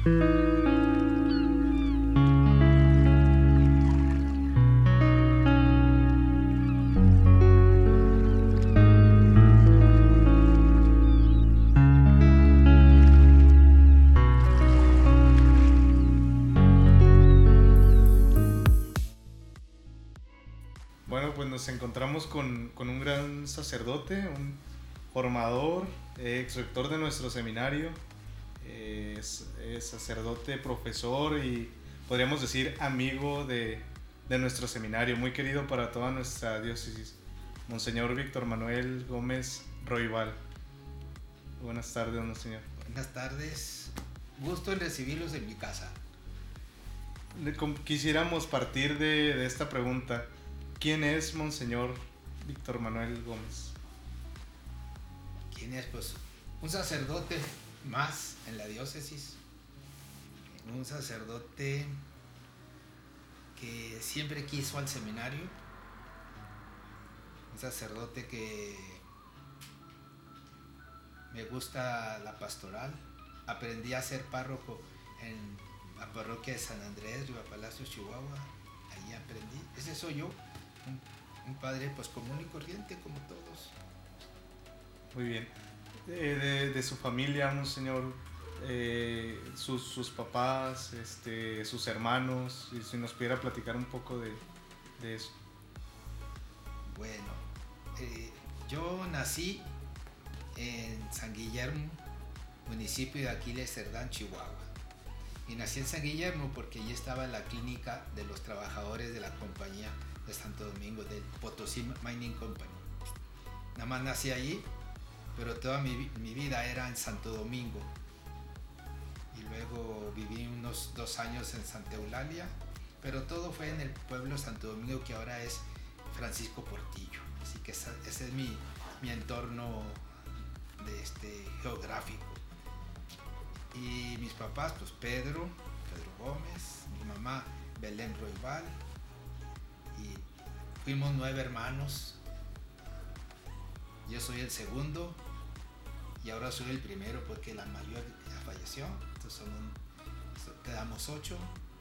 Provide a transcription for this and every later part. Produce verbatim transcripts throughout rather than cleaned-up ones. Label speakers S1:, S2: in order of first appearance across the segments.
S1: Bueno, pues nos encontramos con, con un gran sacerdote, un formador, eh, ex rector de nuestro seminario, eh, es, es sacerdote, profesor y podríamos decir amigo de, de nuestro seminario, muy querido para toda nuestra diócesis, Monseñor Víctor Manuel Gómez Roybal. Buenas tardes, Monseñor.
S2: Buenas tardes, gusto en recibirlos en mi casa.
S1: Quisiéramos partir de, de esta pregunta. ¿Quién es Monseñor Víctor Manuel Gómez?
S2: ¿Quién es? Pues un sacerdote más en la diócesis, un sacerdote que siempre quiso al seminario, un sacerdote que me gusta la pastoral. Aprendí a ser párroco en la parroquia de San Andrés, Riva Palacio, Chihuahua. Ahí aprendí. Ese soy yo. Un, un padre pues común y corriente como todos.
S1: Muy bien. De, de, de su familia, Monseñor, eh, sus, sus papás, este, sus hermanos, y si nos pudiera platicar un poco de, de eso.
S2: Bueno, eh, yo nací en San Guillermo, municipio de Aquiles Cerdán, Chihuahua. Y nací en San Guillermo porque allí estaba la clínica de los trabajadores de la compañía de Santo Domingo, del Potosí Mining Company. Nada más nací allí, pero toda mi, mi vida era en Santo Domingo. Y luego viví unos dos años en Santa Eulalia, pero todo fue en el pueblo de Santo Domingo, que ahora es Francisco Portillo. Así que ese, ese es mi, mi entorno de este, geográfico. Y mis papás, pues Pedro, Pedro Gómez, mi mamá Belén Roybal, y fuimos nueve hermanos. Yo soy el segundo y ahora soy el primero porque la mayor ya falleció, entonces son un, quedamos ocho.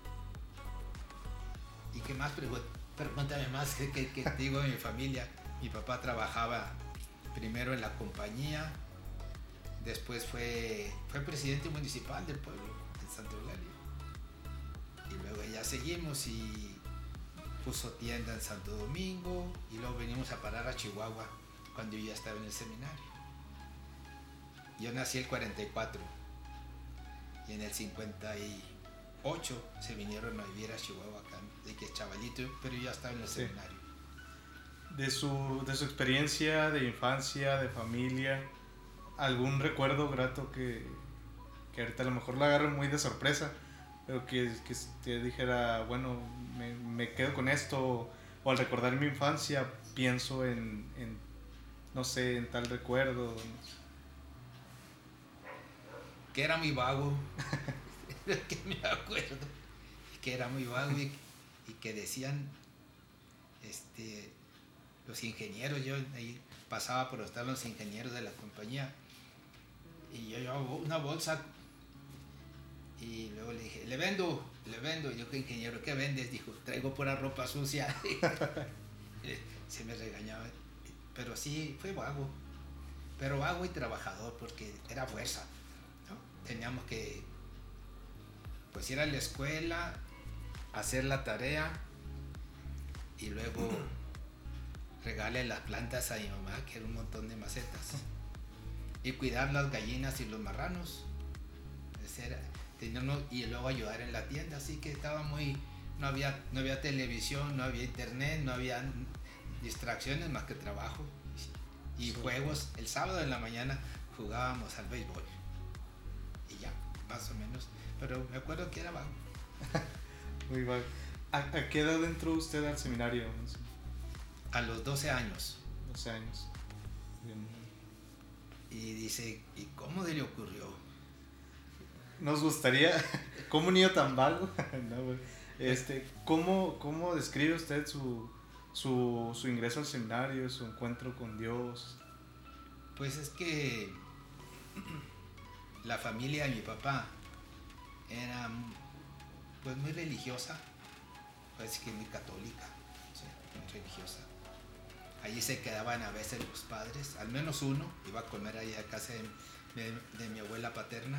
S2: ¿Y qué más? Pregúntame más, ¿qué, qué, qué digo de mi familia? Mi papá trabajaba primero en la compañía, después fue, fue presidente municipal del pueblo, de Santa Eulalia. Y luego ya seguimos y puso tienda en Santo Domingo y luego venimos a parar a Chihuahua cuando yo ya estaba en el seminario. Yo nací el cuarenta y cuatro y en el cincuenta y ocho se vinieron a vivir a Chihuahua acá, de que es chavalito, pero yo ya estaba en el sí. seminario.
S1: De su, de su experiencia de infancia, de familia, ¿algún recuerdo grato que, que ahorita a lo mejor lo agarre muy de sorpresa, pero que, que te dijera, bueno, me, me quedo con esto, o al recordar mi infancia pienso en, en no sé, en tal recuerdo? No sé.
S2: Que era muy vago, que me acuerdo, que era muy vago y, y que decían, este, los ingenieros, yo ahí pasaba por estar los ingenieros de la compañía, y yo llevaba una bolsa, y luego le dije, le vendo, le vendo, y yo, ¿qué ingeniero, qué vendes? Dijo, traigo pura ropa sucia. Se me regañaba, pero sí, fue vago, pero vago y trabajador, porque era fuerza, ¿no? Teníamos que, pues, ir a la escuela, hacer la tarea, y luego regarle las plantas a mi mamá, que era un montón de macetas, y cuidar las gallinas y los marranos. Era, teníamos, y luego ayudar en la tienda, así que estaba muy, no había, no había televisión, no había internet, no había distracciones más que trabajo y sí. Juegos. El sábado en la mañana jugábamos al béisbol y ya, más o menos, pero me acuerdo que era vago.
S1: Muy vago. ¿A, ¿A qué edad entró usted al seminario?
S2: A los doce años.
S1: doce años. Bien.
S2: Y dice, ¿y cómo se le ocurrió?
S1: Nos gustaría, ¿cómo un niño tan vago? No, este, ¿cómo, ¿Cómo describe usted su, su, su ingreso al seminario, su encuentro con Dios?
S2: Pues es que la familia de mi papá pues muy religiosa, parece que muy católica, ¿sí? Muy religiosa. Allí se quedaban a veces los padres, al menos uno, iba a comer ahí a casa de, de, de mi abuela paterna.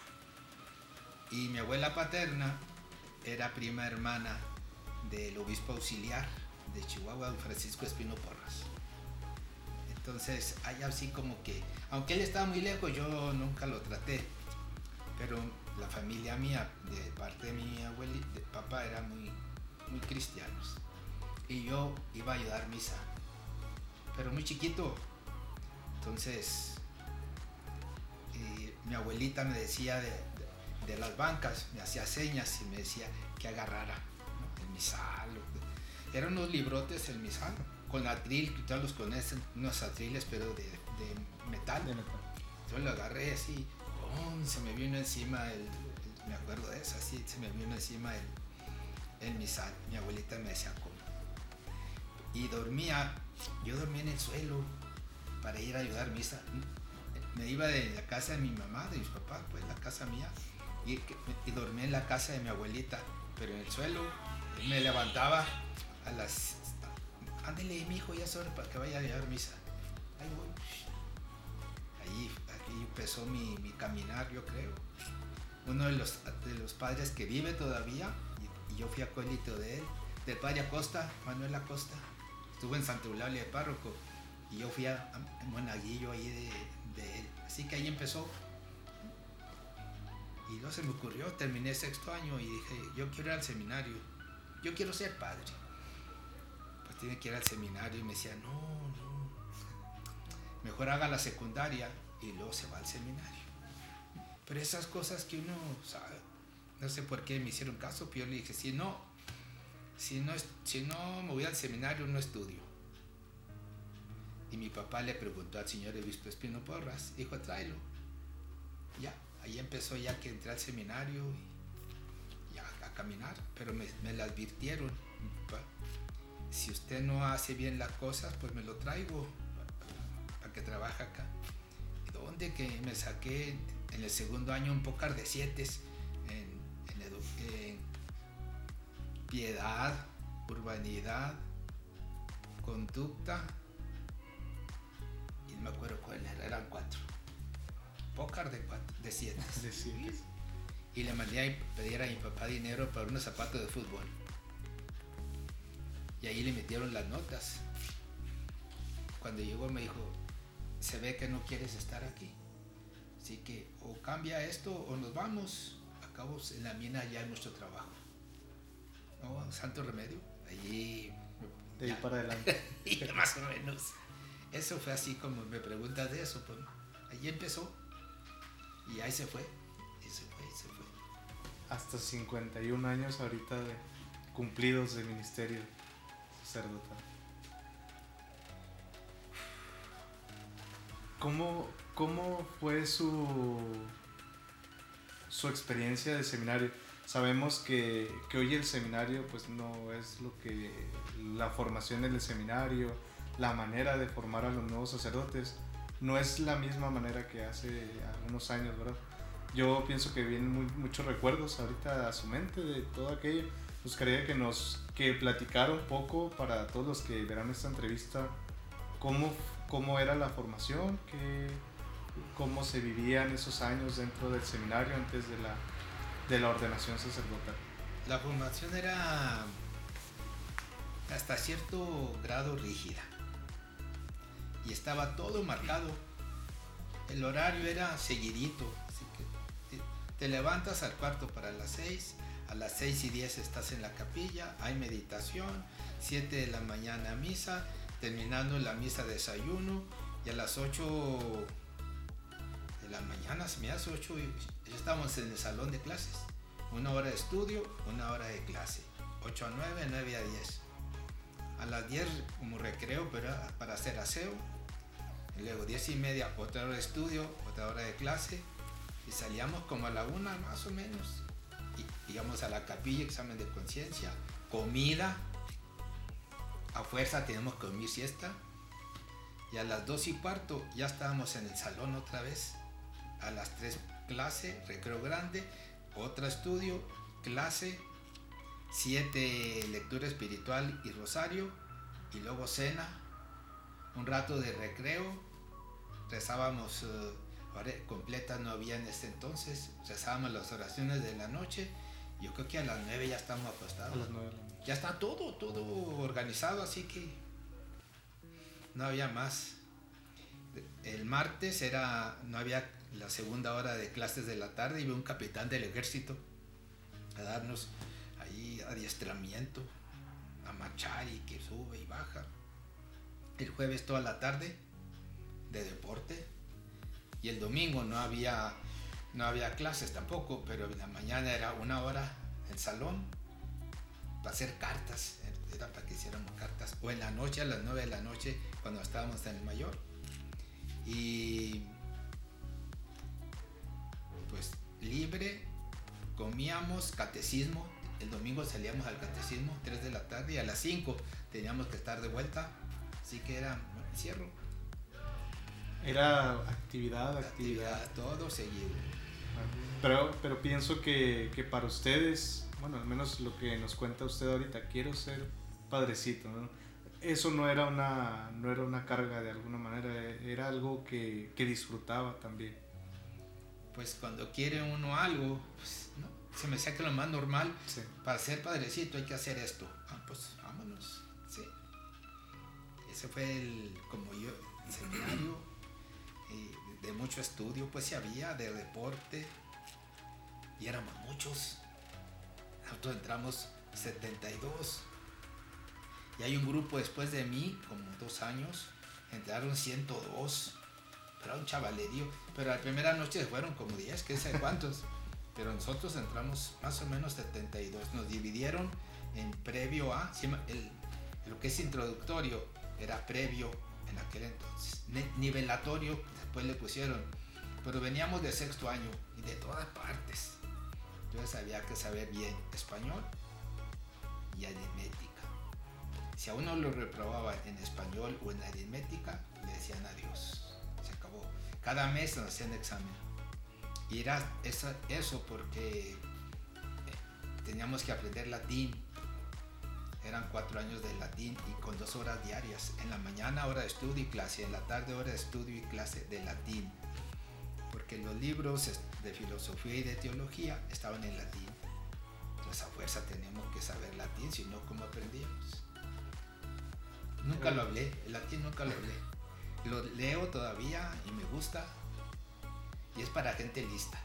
S2: Y mi abuela paterna era prima hermana del obispo auxiliar de Chihuahua, don Francisco Espino Porras. Entonces, hay así como que, aunque él estaba muy lejos, yo nunca lo traté, pero la familia mía, de parte de mi abuelita, de papá, eran muy, muy cristianos. Y yo iba a ayudar misa, pero muy chiquito. Entonces, eh, mi abuelita me decía de, de, de las bancas, me hacía señas y me decía que agarrara, ¿no? El misal. Eran unos librotes el misal, con atril, que todos los conocen, unos atriles, pero de, de metal.
S1: De metal.
S2: Yo lo agarré así, ¡pum! Se me vino encima el, el, me acuerdo de eso, así, se me vino encima el, el misal. Mi abuelita me decía cómo. Y dormía, yo dormía en el suelo para ir a ayudar misa. Me iba de la casa de mi mamá, de mis papás, pues la casa mía, y, y dormía en la casa de mi abuelita, pero en el suelo. Me levantaba a las... Ándele, mi hijo, ya es hora para que vaya a llevar misa. Ahí voy. Ahí, ahí empezó mi, mi caminar, yo creo. Uno de los, de los padres que vive todavía, y, y yo fui acólito de él, del padre Acosta, Manuel Acosta. Estuve en Santa Eulalia de párroco, y yo fui a, a monaguillo ahí de, de él. Así que ahí empezó. Y luego se me ocurrió, terminé sexto año y dije, yo quiero ir al seminario, yo quiero ser padre. Pues tiene que ir al seminario, y me decía, no, no, mejor haga la secundaria y luego se va al seminario. Pero esas cosas que uno sabe, no sé por qué me hicieron caso, pero yo le dije, si no, si no, si no me voy al seminario, no estudio. Y mi papá le preguntó al señor obispo Espino Porras, dijo, tráelo. Ya, ahí empezó ya que entré al seminario y ya a caminar, pero me, me la advirtieron, papá, si usted no hace bien las cosas, pues me lo traigo para que trabaje acá. ¿Y dónde que me saqué en el segundo año un pócar de siete en, en, edu, en piedad, urbanidad, conducta, y no me acuerdo cuál era, eran cuatro. Pócar de, de siete.
S1: De siete.
S2: Y le mandé a pedir a mi papá dinero para unos zapatos de fútbol. Y ahí le metieron las notas. Cuando llegó me dijo, se ve que no quieres estar aquí. Así que o cambia esto o nos vamos. Acabo en la mina ya hay mucho trabajo. No, santo remedio. Allí.
S1: De ahí para adelante.
S2: Y más o menos. Eso fue así como me preguntas de eso. Pues, allí empezó. Y ahí se fue, y se fue, y se fue.
S1: Hasta cincuenta y un años ahorita de cumplidos de ministerio sacerdotal. ¿Cómo, cómo fue su, su experiencia de seminario? Sabemos que, que hoy el seminario pues no es lo que la formación en el seminario, la manera de formar a los nuevos sacerdotes, no es la misma manera que hace algunos años, ¿verdad? Yo pienso que vienen muy, muchos recuerdos ahorita a su mente de todo aquello. Buscaría que nos que platicara un poco para todos los que verán esta entrevista cómo, cómo era la formación, que, cómo se vivían esos años dentro del seminario antes de la, de la ordenación sacerdotal.
S2: La formación era hasta cierto grado rígida. Y estaba todo marcado. El horario era seguidito. Así que te, te levantas al cuarto para las seis. A las seis y diez estás en la capilla. Hay meditación. siete de la mañana misa. Terminando la misa desayuno. Y a las ocho de la mañana, se me hace ocho, ya estábamos en el salón de clases. Una hora de estudio, una hora de clase. ocho a nueve, nueve a diez. A las diez como recreo, pero para hacer aseo. Y luego diez y media, otra hora de estudio, otra hora de clase. Y salíamos como a la una más o menos. Y íbamos a la capilla, examen de conciencia, comida. A fuerza tenemos que dormir siesta. Y a las dos y cuarto ya estábamos en el salón otra vez. A las tres clase, recreo grande. otro estudio, clase, siete lectura espiritual y rosario, y luego cena, un rato de recreo, rezábamos uh, completas no había en ese entonces, rezábamos las oraciones de la noche. Yo creo que a las nueve ya estamos acostados.
S1: A las nueve de la noche.
S2: Ya está todo, todo organizado, así que no había más. El martes era, no había la segunda hora de clases de la tarde, iba un capitán del ejército a darnos ahí adiestramiento, a marchar y que sube y baja. El jueves toda la tarde de deporte, y el domingo no había, no había clases tampoco, pero en la mañana era una hora en salón para hacer cartas, era para que hiciéramos cartas, o en la noche a las nueve de la noche cuando estábamos en el mayor. Y pues libre, comíamos catecismo, el domingo salíamos al catecismo tres de la tarde y a las cinco teníamos que estar de vuelta, así que era encierro.
S1: Era actividad, actividad.
S2: actividad todo seguido.
S1: Pero, pero pienso que, que para ustedes, bueno, al menos lo que nos cuenta usted ahorita, quiero ser padrecito, ¿no? Eso no era una, no era una carga de alguna manera, era algo que, que disfrutaba también.
S2: Pues cuando quiere uno algo, pues, ¿no? Se me hacía que lo más normal, sí. Para ser padrecito hay que hacer esto. Ah, pues vámonos, sí. Ese fue el, como yo, el seminario eh, de mucho estudio, pues sí había, de deporte, y éramos muchos. Nosotros entramos setenta y dos. Y hay un grupo después de mí, como dos años, entraron ciento dos. Pero era un chavalerío. Pero la primera noche se fueron como diez, qué sé cuántos. Pero nosotros entramos más o menos setenta y dos. Nos dividieron en previo a, el, lo que es introductorio era previo en aquel entonces. Nivelatorio, después le pusieron. Pero veníamos de sexto año y de todas partes. Entonces había que saber bien español y aritmética. Si a uno lo reprobaba en español o en aritmética, le decían adiós. Se acabó. Cada mes nos hacían examen. Y era eso, eso porque eh, teníamos que aprender latín. Eran cuatro años de latín y con dos horas diarias. En la mañana hora de estudio y clase, en la tarde hora de estudio y clase de latín. Porque los libros de filosofía y de teología estaban en latín. Entonces a fuerza teníamos que saber latín, si no, ¿cómo aprendíamos? Nunca lo hablé, el latín nunca lo hablé. Lo leo todavía y me gusta. Y es para gente lista.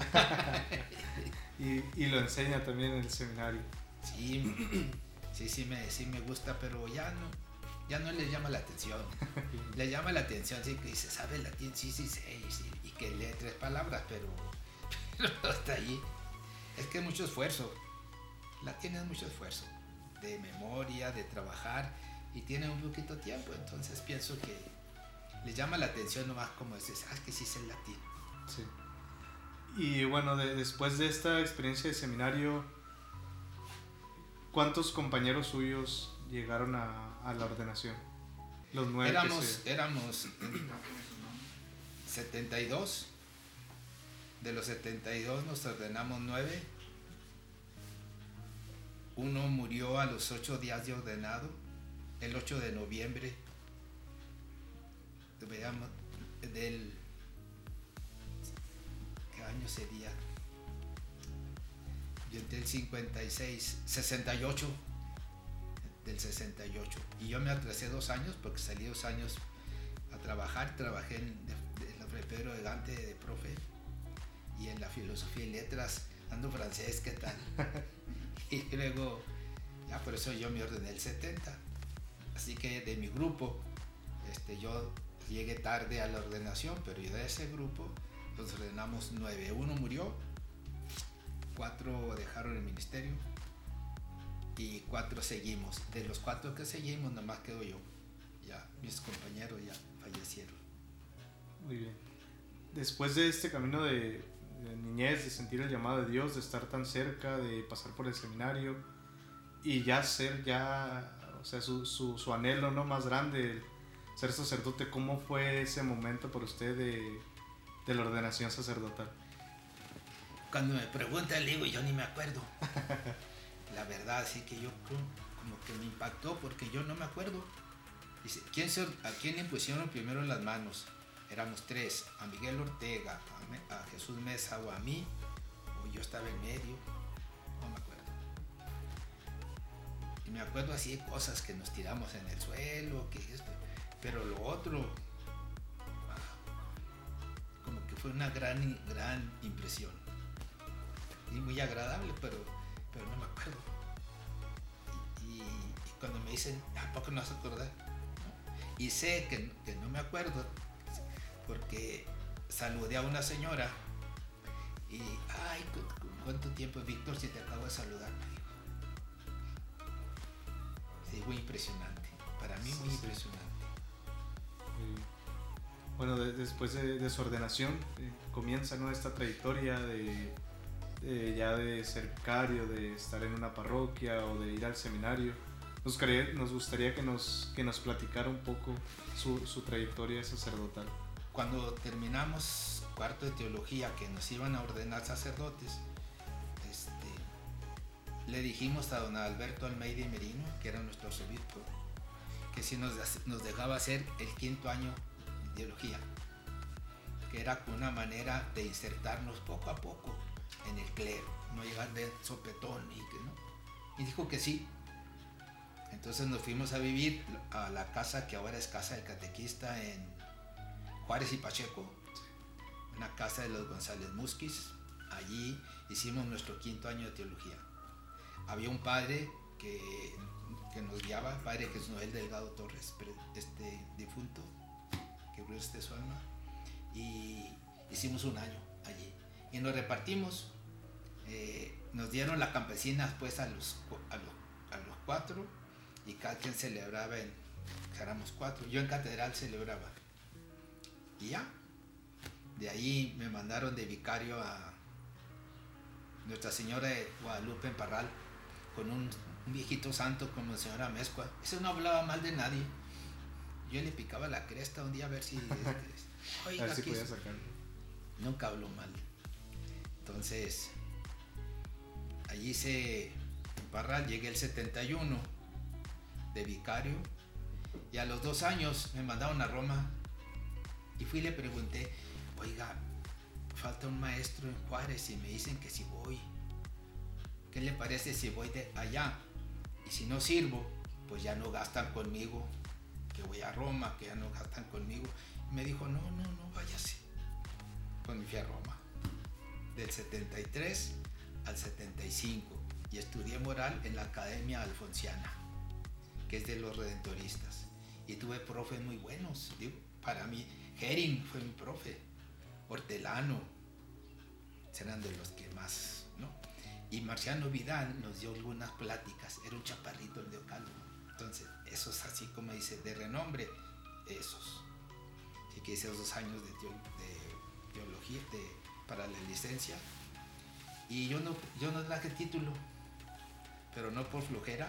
S1: y, y lo enseña también en el seminario.
S2: Sí, sí, sí me, sí me gusta, pero ya no, ya no le llama la atención. Le llama la atención, sí, que dice, ¿sabe latín? Sí, sí, sí, sí, y que lee tres palabras, pero, pero hasta ahí. Es que es mucho esfuerzo. Latín es mucho esfuerzo. De memoria, de trabajar, y tiene un poquito tiempo, entonces pienso que le llama la atención nomás como dices, ah, es que sí es el latín.
S1: Sí. Y bueno, de, después de esta experiencia de seminario, ¿cuántos compañeros suyos llegaron a, a la ordenación? Los nueve.
S2: Éramos,
S1: que se...
S2: éramos setenta y dos. De los setenta y dos nos ordenamos nueve. Uno murió a los ocho días de ordenado, el ocho de noviembre. Veamos, del... ¿Qué año sería? Yo del cincuenta y seis, sesenta y ocho, del sesenta y ocho. Y yo me atrasé dos años porque salí dos años a trabajar. Trabajé en, en la Fray Pedro de Gante de profe y en la filosofía y letras, dando francés, ¿qué tal? Y luego, ya por eso yo me ordené el setenta. Así que de mi grupo, este, yo llegué tarde a la ordenación, pero yo de ese grupo los ordenamos nueve. Uno murió, cuatro dejaron el ministerio y cuatro seguimos. De los cuatro que seguimos, nomás quedo yo. Ya, mis compañeros ya fallecieron.
S1: Muy bien. Después de este camino de, de niñez, de sentir el llamado de Dios, de estar tan cerca, de pasar por el seminario y ya ser ya, o sea, su, su, su anhelo, ¿no?, más grande, ser sacerdote, ¿cómo fue ese momento para usted de, de la ordenación sacerdotal?
S2: cuando me preguntan, le digo, yo ni me acuerdo. La verdad, sí que yo como que me impactó porque yo no me acuerdo. Dice, ¿quién se, ¿a quién le impusieron primero las manos? Éramos tres, a Miguel Ortega, a, Me, a Jesús Mesa o a mí, o yo estaba en medio, no me acuerdo. Y me acuerdo así de cosas que nos tiramos en el suelo, que esto, pero lo otro, como que fue una gran, gran impresión. Y muy agradable, pero, pero no me acuerdo. Y, y, y cuando me dicen, ¿a poco no vas a acordar? ¿No? Y sé que, que no me acuerdo porque saludé a una señora y, ay, ¿cuánto tiempo, Víctor, si te acabo de saludar? Me dijo. Sí, muy impresionante. Para mí, muy sí, impresionante.
S1: Sí. Bueno, de, después de, de su ordenación, eh, comienza, ¿no?, esta trayectoria de, de ya de ser vicario, de estar en una parroquia o de ir al seminario. Nos gustaría, nos gustaría que, nos, que nos platicara un poco su, su trayectoria sacerdotal.
S2: Cuando terminamos cuarto de teología, que nos iban a ordenar sacerdotes, este, le dijimos a don Alberto Almeida y Merino, que era nuestro arzobispo, que si nos, nos dejaba hacer el quinto año de teología, que era una manera de insertarnos poco a poco en el clero, no llegar de sopetón y que no. Y dijo que sí. Entonces nos fuimos a vivir a la casa que ahora es casa del catequista en Juárez y Pacheco, una casa de los González Musquiz. Allí hicimos nuestro quinto año de teología. Había un padre que, que nos guiaba, el padre Jesús Noel Delgado Torres, este difunto, que gloria esté su alma, y hicimos un año allí. Y nos repartimos, eh, nos dieron la campesina pues a los, a los, a los cuatro, y cada quien celebraba en, éramos cuatro, yo en catedral celebraba. Y ya, de ahí me mandaron de vicario a Nuestra Señora de Guadalupe en Parral, con un, un viejito santo como la señora Mezcua. Ese no hablaba mal de nadie. Yo le picaba la cresta un día a ver si... Este,
S1: oiga, a ver si podía sacarlo.
S2: Nunca habló mal. Entonces, allí se... En Parral llegué el setenta y uno de vicario, y a los dos años me mandaron a Roma. Y fui y le pregunté, oiga, falta un maestro en Juárez y me dicen que si voy. ¿Qué le parece si voy de allá? Y si no sirvo, pues ya no gastan conmigo, que voy a Roma, que ya no gastan conmigo. Y me dijo, no, no, no, váyase. Pues me fui a Roma, del setenta y tres al setenta y cinco, y estudié moral en la Academia Alfonsiana, que es de los redentoristas. Y tuve profes muy buenos, digo, para mí. Herring fue mi profe, Hortelano, serán de los que más, ¿no? Y Marciano Vidal nos dio algunas pláticas, era un chaparrito el de Ocalvo. Entonces, esos así como dice, de renombre, esos. Así que hice dos años de, teo, de teología de, para la licencia. Y yo no, yo no traje título, pero no por flojera,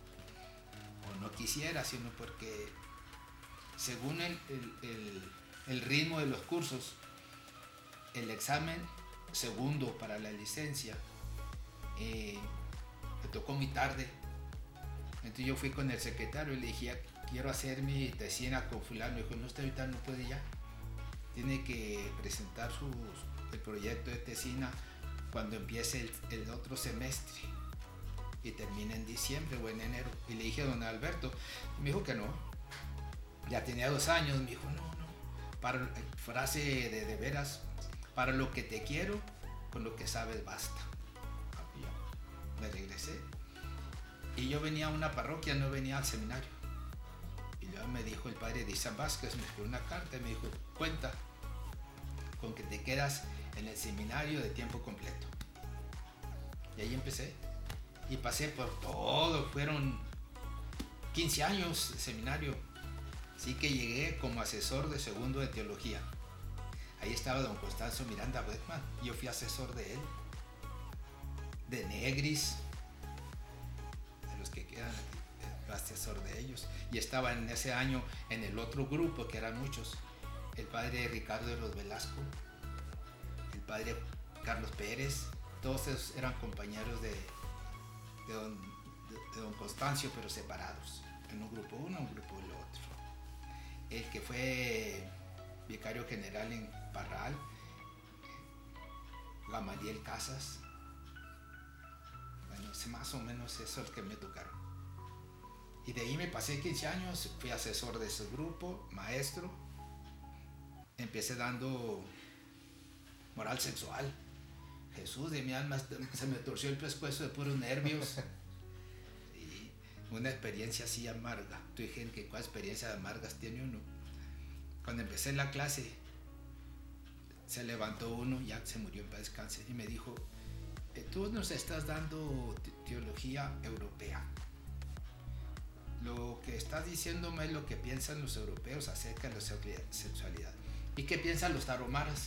S2: o no quisiera, sino porque según el, el, el el ritmo de los cursos, el examen segundo para la licencia eh, me tocó muy tarde. Entonces yo fui con el secretario y le dije, quiero hacer mi tesina con fulano. Me dijo, no, usted ahorita no puede ya, tiene que presentar su, el proyecto de tesina cuando empiece el, el otro semestre y termina en diciembre o en enero. Y le dije a don Alberto, me dijo que no, ya tenía dos años. Me dijo, no, no, para, frase de de veras, para lo que te quiero, con lo que sabes basta. Me regresé y yo venía a una parroquia, no venía al seminario. Y luego me dijo el padre de San Vázquez, me escribió una carta y me dijo, cuenta con que te quedas en el seminario de tiempo completo. Y ahí empecé y pasé por todo, fueron quince años de seminario. Así que llegué como asesor de segundo de teología. Ahí estaba don Constanzo Miranda Beckman, yo fui asesor de él, de Negris, de los que quedan, asesor de ellos. Y estaba en ese año en el otro grupo, que eran muchos, el padre Ricardo de los Velasco, el padre Carlos Pérez, todos esos eran compañeros de, de, don, de, de don Constancio, pero separados, en un grupo uno, un grupo el otro. El que fue vicario general en Parral, Gamaliel Casas, bueno, es más o menos eso el que me tocaron. Y de ahí me pasé quince años, fui asesor de ese grupo, maestro, empecé dando moral sexual. Jesús de mi alma, se me torció el pescuezo de puros nervios. Y una experiencia así amarga. Tú dije que cuál experiencia de amargas tiene uno. Cuando empecé la clase, se levantó uno, ya se murió en paz descanse, y me dijo, tú nos estás dando teología europea. Lo que estás diciéndome es lo que piensan los europeos acerca de la sexualidad. ¿Y qué piensan los taromaras?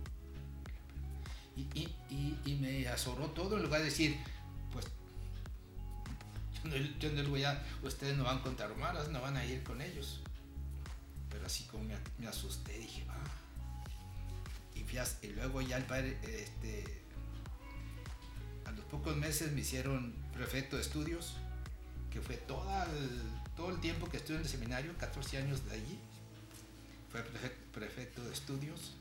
S2: Y, y, y, y me azoró todo, en lugar de decir, pues yo no, yo no les voy a, ustedes no van con taromaras, no van a ir con ellos. Pero así como me, me asusté, dije, ah. Y, fíjate, y luego ya el padre, este, a los pocos meses me hicieron prefecto de estudios, que fue toda el, todo el tiempo que estuve en el seminario, catorce años de allí, fue prefecto, prefecto de estudios.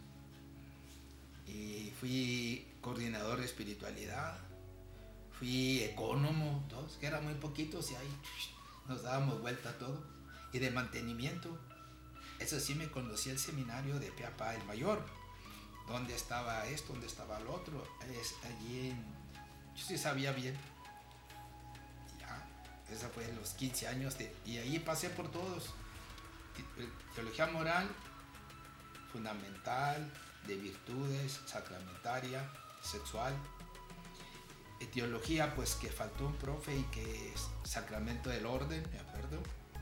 S2: Y fui coordinador de espiritualidad, fui ecónomo, todos, que eran muy poquitos y ahí nos dábamos vuelta a todo. Y de mantenimiento, eso sí me conocí el seminario de Peapa el Mayor, dónde estaba esto, dónde estaba el otro, es allí en, yo sí sabía bien. Ya, eso fue en los quince años de, y ahí pasé por todos. Teología moral, fundamental, de virtudes, sacramentaria, sexual. Teología, pues que faltó un profe y que es sacramento del orden, ¿de acuerdo?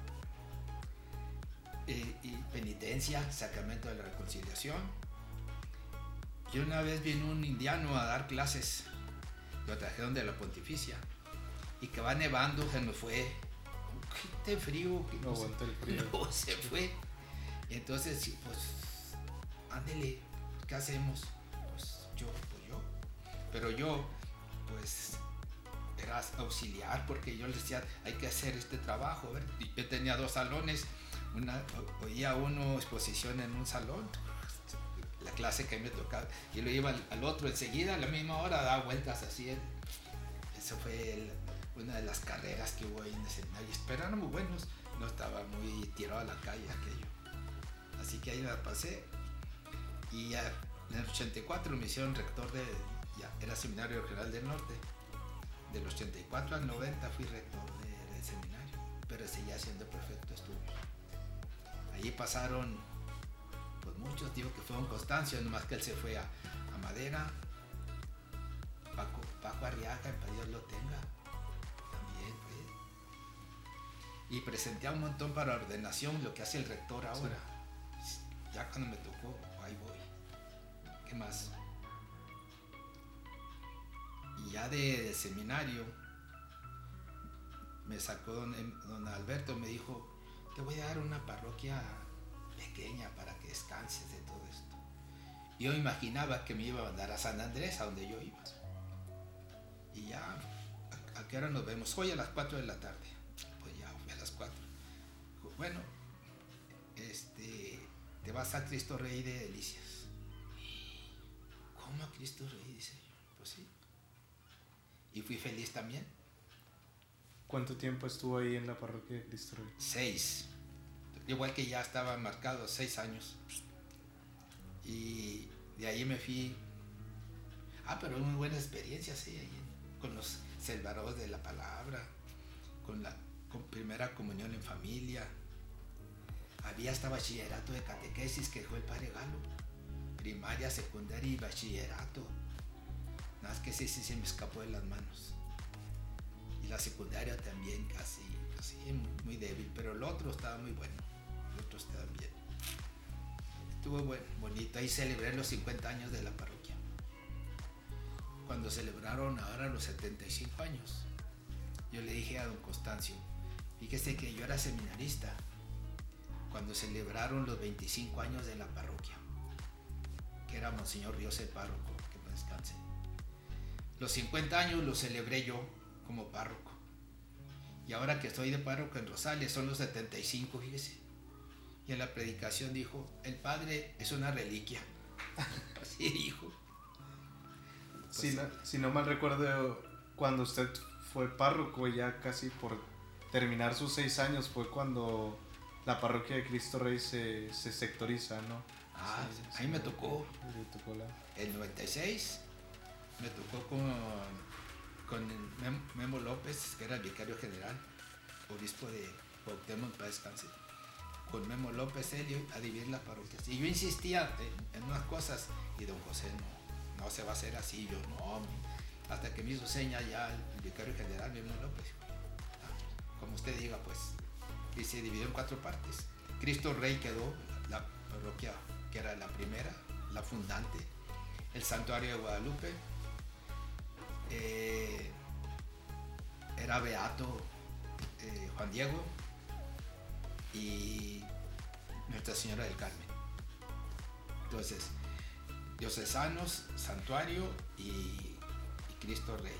S2: Eh, y penitencia, sacramento de la reconciliación. Y una vez vino un indiano a dar clases, lo trajeron de la Pontificia, y que va nevando, se nos fue, qué frío, que
S1: no, no aguanta el frío.
S2: No, se fue. Y entonces, pues, ándele, ¿qué hacemos? Pues yo, pues yo. Pero yo, pues, era auxiliar porque yo les decía, hay que hacer este trabajo. A ver, yo tenía dos salones, una, oía uno exposición en un salón, la clase que me tocaba, y lo iba al, al otro enseguida, a la misma hora, daba vueltas así. Eso fue el, una de las carreras que hubo ahí en el seminario. Pero eran muy buenos, no estaba muy tirado a la calle aquello. Así que ahí la pasé. Y ya en el ochenta y cuatro me hicieron rector de, ya era Seminario Regional del Norte. Del ochenta y cuatro al noventa fui rector de, del seminario, pero seguía siendo prefecto de estudios. Allí pasaron, pues muchos, digo que fue un Constancio, nomás que él se fue a, a Madera. Paco, Paco Arriaga, que Dios lo tenga, también fue. Y presenté a un montón para ordenación, lo que hace el rector ahora. Sí. Ya cuando me tocó, ahí voy. ¿Qué más? Y ya de, de seminario, me sacó don, don Alberto, me dijo, te voy a dar una parroquia pequeña para que descanses de todo esto. Yo imaginaba que me iba a mandar a San Andrés, a donde yo iba. Y ya, ¿a, a qué hora nos vemos? Hoy a las cuatro de la tarde. Pues ya, fui a las cuatro. Bueno, este, te vas a Cristo Rey de Delicias. ¿Cómo a Cristo Rey? Dice yo. Pues sí. Y fui feliz también.
S1: ¿Cuánto tiempo estuvo ahí en la parroquia de Cristo Rey?
S2: Seis. Igual que ya estaba marcado, seis años. Y de ahí me fui. Ah, pero muy buena experiencia, sí, ahí con los celebrados de la palabra, con la con primera comunión en familia. Había hasta bachillerato de catequesis que dejó el padre Galo. Primaria, secundaria y bachillerato. Nada más que sí, sí se me escapó de las manos. Y la secundaria también casi, casi muy, muy débil, pero el otro estaba muy bueno. El otro estaba bien. Estuvo bueno, bonito. Ahí celebré los cincuenta años de la parroquia. Cuando celebraron ahora los setenta y cinco años, yo le dije a don Constancio, fíjese que yo era seminarista cuando celebraron los veinticinco años de la parroquia, que era Monseñor Ríos el párroco, que me descanse. los cincuenta años los celebré yo como párroco. Y ahora que estoy de párroco en Rosales son los setenta y cinco, fíjese. Y en la predicación dijo, el padre es una reliquia. Así dijo. Pues,
S1: si, no, si no mal recuerdo, cuando usted fue párroco, ya casi por terminar sus seis años, fue cuando la parroquia de Cristo Rey se, se sectoriza, ¿no?
S2: Ah,
S1: sí,
S2: ahí
S1: sí,
S2: me tocó.
S1: Me tocó la...
S2: El noventa y seis me tocó con, con Memo, Memo López, que era el vicario general, obispo de Cuauhtémoc, para descansar. Con Memo López, él a dividir las parroquias. Y yo insistía en, en unas cosas, y don José no, no se va a hacer así. Yo no, hasta que me hizo seña ya el vicario general, Memo López. Como usted diga, pues, y se dividió en cuatro partes. Cristo Rey quedó, la parroquia que era la primera, la fundante, el Santuario de Guadalupe, eh, era beato eh, Juan Diego y Nuestra Señora del Carmen. Entonces, diocesanos, santuario y, y Cristo Rey.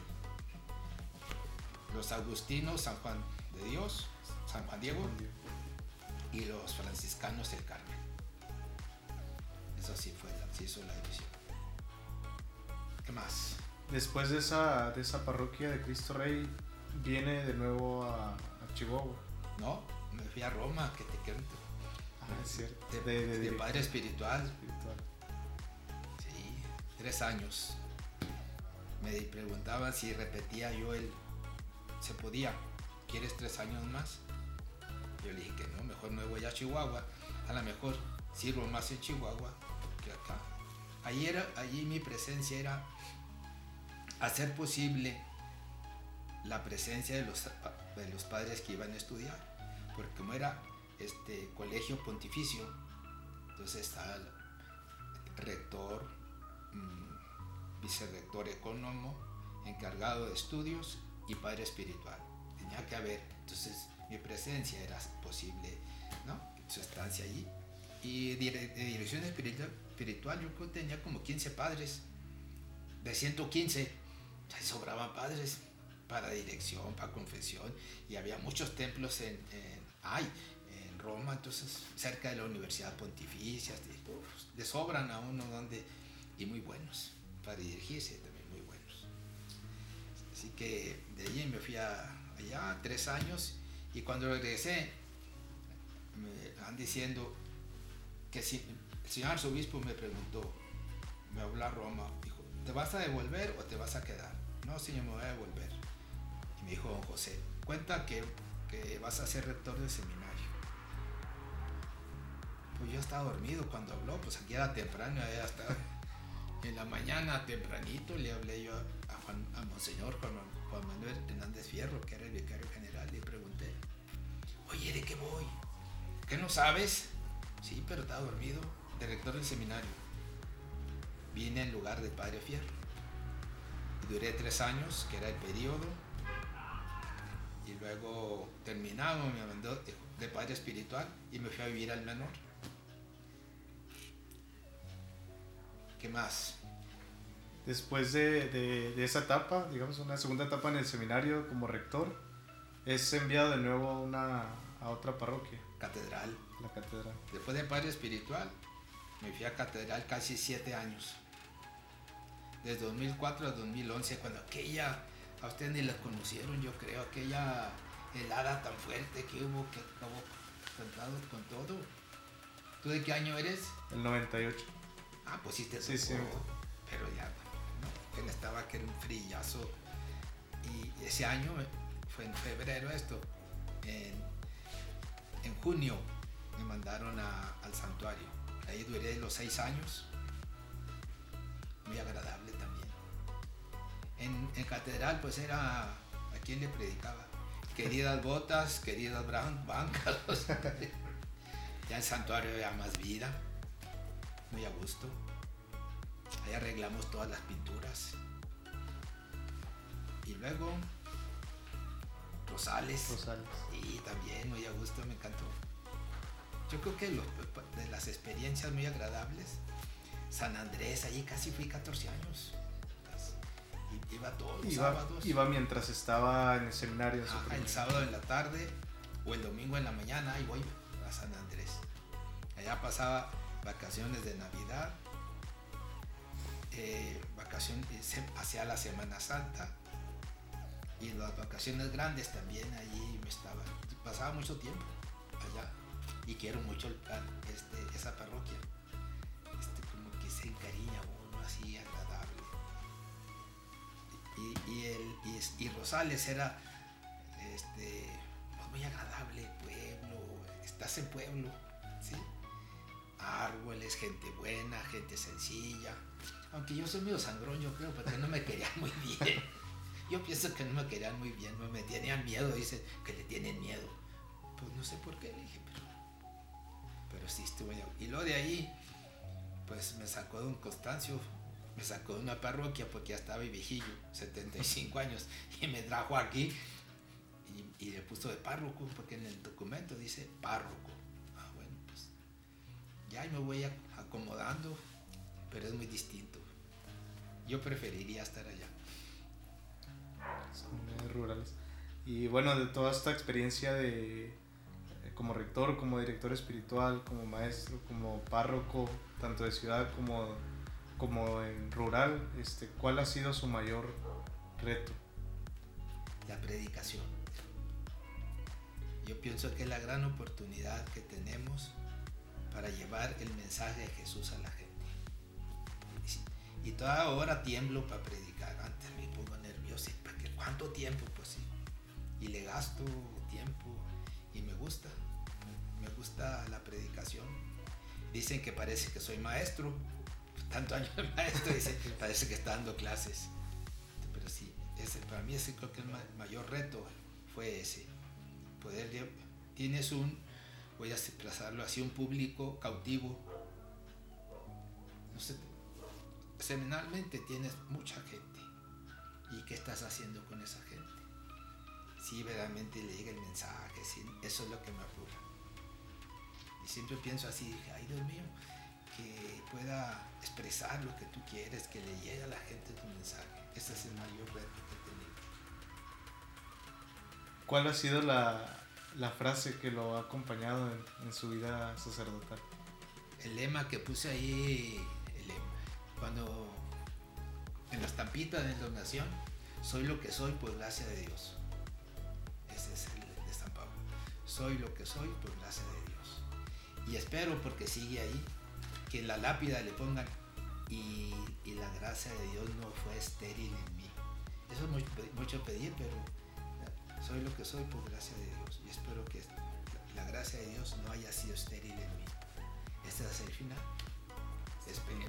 S2: Los agustinos, San Juan de Dios, San Juan Diego, y los franciscanos, el Carmen. Eso sí fue, sí hizo la división. ¿Qué más?
S1: Después de esa, de esa parroquia de Cristo Rey, viene de nuevo a, a Chihuahua.
S2: No, me fui a Roma, que te quiero.
S1: Ah, es cierto.
S2: De,
S1: de, de,
S2: de padre espiritual.
S1: espiritual.
S2: Sí, tres años. Me preguntaban si repetía yo el... Se podía. ¿Quieres tres años más? Yo le dije que no, mejor me voy a Chihuahua. A lo mejor sirvo más en Chihuahua que acá. Allí, era, allí mi presencia era hacer posible la presencia de los, de los padres que iban a estudiar. Porque como era este colegio pontificio, entonces estaba el rector, mmm, vicerrector ecónomo, encargado de estudios y padre espiritual. Tenía que haber, entonces mi presencia era posible, ¿no? Su estancia allí. Y de dirección espiritual, espiritual yo creo que tenía como quince padres, de ciento quince, ya sobraban padres para dirección, para confesión, y había muchos templos en, en, ay, en Roma, entonces cerca de la Universidad Pontificia, uf, le sobran a uno donde, y muy buenos, para dirigirse también muy buenos. Así que de allí me fui a, allá tres años, y cuando regresé me van diciendo que si el señor arzobispo me preguntó, me habló a Roma, dijo, ¿te vas a devolver o te vas a quedar? No, señor, me voy a devolver. Y me dijo don José, cuenta que, que vas a ser rector del seminario. Pues yo estaba dormido cuando habló, pues aquí era temprano, ya estaba en la mañana tempranito, le hablé yo a, Juan, a Monseñor Juan, Juan Manuel Hernández Fierro, que era el vicario general, le pregunté, oye, ¿de qué voy? ¿Qué no sabes? Sí, pero estaba dormido, de rector del seminario. Vine en lugar del padre Fierro. Y duré tres años, que era el periodo. Y luego, terminado, me mandó de padre espiritual y me fui a vivir al menor. ¿Qué más?
S1: Después de, de, de esa etapa, digamos una segunda etapa en el seminario como rector, es enviado de nuevo a, una, a otra parroquia.
S2: Catedral.
S1: La catedral.
S2: Después de padre espiritual, me fui a catedral casi siete años. Desde dos mil cuatro a dos mil once, cuando aquella, a ustedes ni la conocieron, yo creo, aquella helada tan fuerte que hubo, que acabó cantado con todo. ¿Tú de qué año eres?
S1: El noventa y ocho.
S2: Ah, pues sí te tocó,
S1: sí, sí.
S2: Pero ya, no, él estaba que era un frillazo. Y ese año, fue en febrero esto, en, en junio me mandaron a, al santuario. Ahí duré los seis años. Muy agradable también. En, en catedral pues era a quien le predicaba. Queridas botas, queridas bancas. Ya en santuario había más vida. Muy a gusto. Ahí arreglamos todas las pinturas. Y luego Rosales.
S1: Rosales.
S2: Y también muy a gusto, me encantó. Yo creo que lo, de las experiencias muy agradables, San Andrés, allí casi fui catorce años. Y iba todos los
S1: iba,
S2: sábados.
S1: Iba mientras estaba en el seminario.
S2: Ajá, el sábado en la tarde o el domingo en la mañana, ahí voy a San Andrés. Allá pasaba vacaciones de Navidad, eh, vacaciones hacia la Semana Santa y las vacaciones grandes también. Allí me estaba, pasaba mucho tiempo allá y quiero mucho el, este, esa parroquia. Este, como que se encariña uno así agradable. Y, y, el, y, y Rosales era este, pues muy agradable pueblo, estás en pueblo, ¿sí? Árboles, gente buena, gente sencilla. Aunque yo soy medio sangrón, yo creo, porque no me querían muy bien. Yo pienso que no me querían muy bien, no me tenían miedo, dice que le tienen miedo. Pues no sé por qué, le dije, pero, pero sí estuve yo. Y luego de ahí, pues me sacó de un Constancio, me sacó de una parroquia porque ya estaba viejillo, setenta y cinco años, y me trajo aquí y, y le puso de párroco, porque en el documento dice párroco. Ah, bueno, pues ya me voy acomodando, pero es muy distinto. Yo preferiría estar allá.
S1: Son muy rurales. Y bueno, de toda esta experiencia de como rector, como director espiritual, como maestro, como párroco, tanto de ciudad como, como en rural, este, ¿cuál ha sido su mayor reto?
S2: La predicación. Yo pienso que es la gran oportunidad que tenemos para llevar el mensaje de Jesús a la gente. Y toda hora tiemblo para predicar. Antes me pongo nervioso. ¿Cuánto tiempo? Pues sí. Y le gasto tiempo y me gusta. Me gusta la predicación. Dicen que parece que soy maestro. Tanto años de maestro, dice, parece que está dando clases. Pero sí, ese, para mí ese creo que el mayor reto fue ese. Poder, tienes un, voy a desplazarlo así, un público cautivo. No sé, semanalmente tienes mucha gente. ¿Y qué estás haciendo con esa gente? Si verdaderamente le llega el mensaje, sí, eso es lo que me apura. Y siempre pienso así, dije, ay Dios mío, que pueda expresar lo que tú quieres, que le llegue a la gente tu mensaje. Ese es el mayor reto que he tenido.
S1: ¿Cuál ha sido la, la frase que lo ha acompañado en, en su vida sacerdotal?
S2: El lema que puse ahí, el lema, cuando en la estampita de donación, soy lo que soy por gracia de Dios. Ese es el de San Pablo. Soy lo que soy por gracia de Dios. Y espero, porque sigue ahí, que en la lápida le pongan y, y la gracia de Dios no fue estéril en mí. Eso es mucho, mucho pedir, pero soy lo que soy por gracia de Dios. Y espero que la, la gracia de Dios no haya sido estéril en mí. Este es el final. Espero.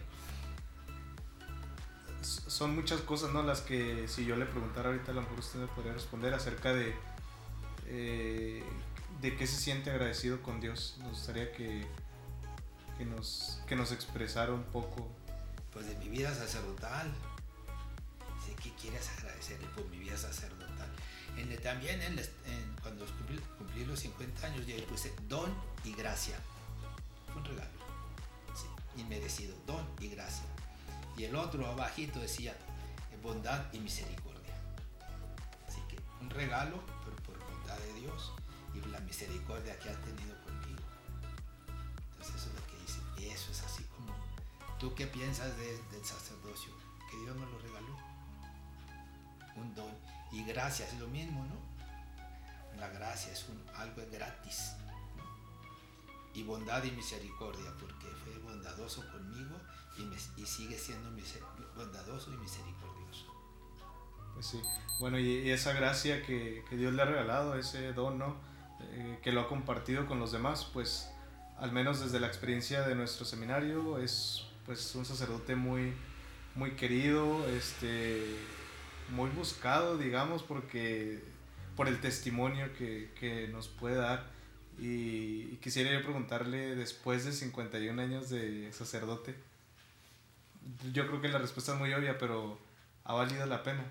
S1: Son muchas cosas, ¿no? Las que si yo le preguntara ahorita, a lo mejor usted me podría responder acerca de eh, de qué se siente agradecido con Dios. Nos gustaría que, que, nos, que nos expresara un poco.
S2: Pues de mi vida sacerdotal. Sé que quieres agradecerle por mi vida sacerdotal. En el, también en, en, cuando cumplí, cumplí los cincuenta años, yo le puse don y gracia. Fue un regalo. Sí, inmerecido. Don y gracia. Y el otro abajito decía bondad y misericordia. Así que un regalo, pero por bondad de Dios y la misericordia que has tenido conmigo. Entonces eso es lo que dice. Eso es así como, ¿tú qué piensas de, del sacerdocio? Que Dios nos lo regaló. Un don. Y gracia es lo mismo, ¿no? La gracia es un, algo gratis. ¿No? Y bondad y misericordia, porque fue bondadoso conmigo y, me, y sigue siendo miser, bondadoso y misericordioso.
S1: Pues sí, bueno, y, y esa gracia que, que Dios le ha regalado, ese don, ¿no? Eh, que lo ha compartido con los demás, pues al menos desde la experiencia de nuestro seminario, es pues un sacerdote muy, muy querido, este, muy buscado, digamos, porque por el testimonio que, que nos puede dar. Y, y quisiera yo preguntarle, después de cincuenta y un años de sacerdote, yo creo que la respuesta es muy obvia, pero ¿ha valido la pena?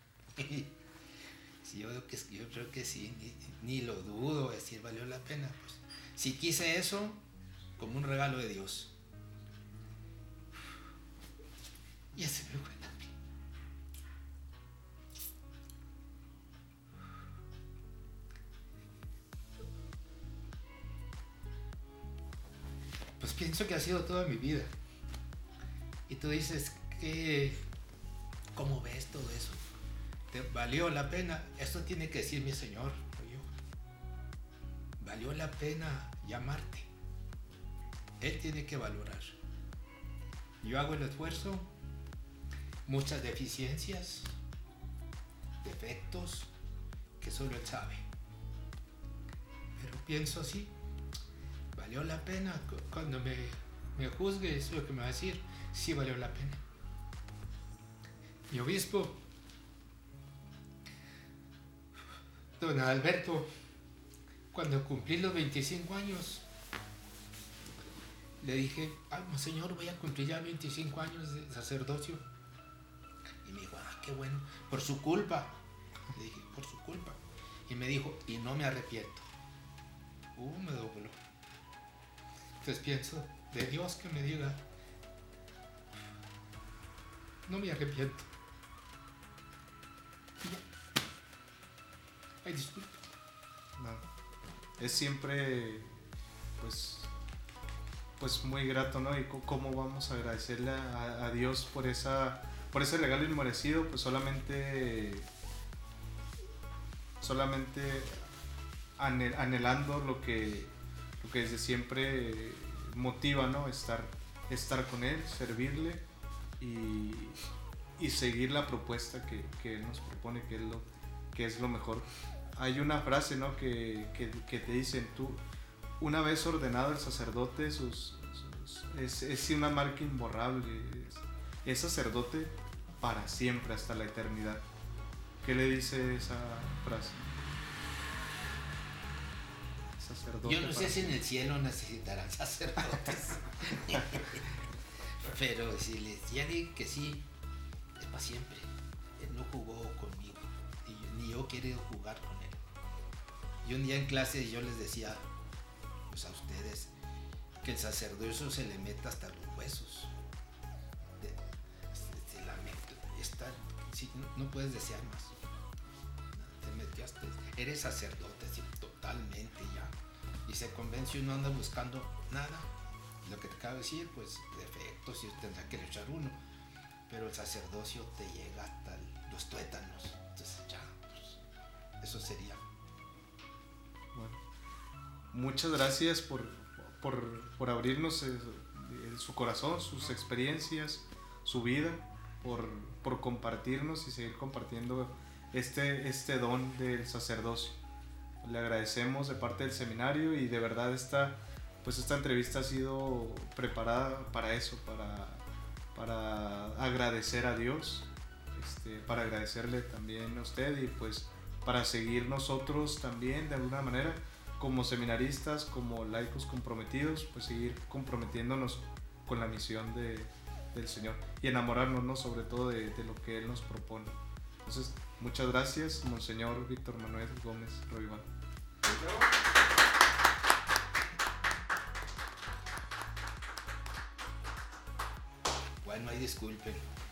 S2: Sí, yo, creo que, yo creo que sí, ni, ni lo dudo, es decir, valió la pena. Pues, si quise eso como un regalo de Dios. Y ese me fue la pena. pienso que ha sido toda mi vida. Y tú dices que, ¿cómo ves todo eso? ¿Te valió la pena? Esto tiene que decir mi Señor, no yo. Valió la pena llamarte. Él tiene que valorar. Yo hago el esfuerzo, muchas deficiencias, defectos que solo Él sabe. Pero pienso así, valió la pena. Cuando me, me juzgue, es lo que me va a decir, sí valió la pena. Mi obispo, don Alberto, cuando cumplí los veinticinco años, le dije, ay, Monseñor, voy a cumplir ya veinticinco años de sacerdocio. Y me dijo, ah, qué bueno, por su culpa. Le dije, por su culpa. Y me dijo, y no me arrepiento. Uh, me dobló. Entonces pienso, de Dios que me diga, no me arrepiento. Y ya. Ay, disculpe.
S1: No. Es siempre, pues, pues muy grato, ¿no? Y cómo vamos a agradecerle a, a Dios por esa, por ese regalo inmerecido, pues solamente, solamente anhel, anhelando lo que, lo que desde siempre motiva, ¿no? Estar, estar con Él, servirle y, y seguir la propuesta que, que Él nos propone, que es lo, que es lo mejor. Hay una frase, ¿no? que, que, que te dicen, tú, una vez ordenado el sacerdote, sus, sus, es, es una marca imborrable, es, es sacerdote para siempre, hasta la eternidad. ¿Qué le dice esa frase?
S2: Sacerdote. Yo no sé si en el cielo necesitarán sacerdotes. Pero si les ya digo que sí, es para siempre. Él no jugó conmigo, ni yo, ni yo he querido jugar con él. Y un día en clase yo les decía, pues a ustedes, que el sacerdocio se le meta hasta los huesos. De, se, se la mete, está, sí, no, no puedes desear más. Te metiste, eres sacerdote, sí, totalmente ya. Y se convence, uno anda buscando nada. Lo que te acabo de decir, pues defectos y tendrá que luchar uno. Pero el sacerdocio te llega hasta el, los tuétanos. Entonces ya, pues, eso sería.
S1: Bueno, muchas gracias por, por, por abrirnos el, el, su corazón, sus experiencias, su vida, por, por compartirnos y seguir compartiendo este, este don del sacerdocio. Le agradecemos de parte del seminario y de verdad esta, pues esta entrevista ha sido preparada para eso, para, para agradecer a Dios, este, para agradecerle también a usted y pues para seguir nosotros también de alguna manera como seminaristas, como laicos comprometidos, pues seguir comprometiéndonos con la misión de, del Señor y enamorarnos, ¿no? Sobre todo de, de lo que Él nos propone. Entonces, muchas gracias, Monseñor Víctor Manuel Gómez Roiván.
S2: Bueno, ahí disculpen.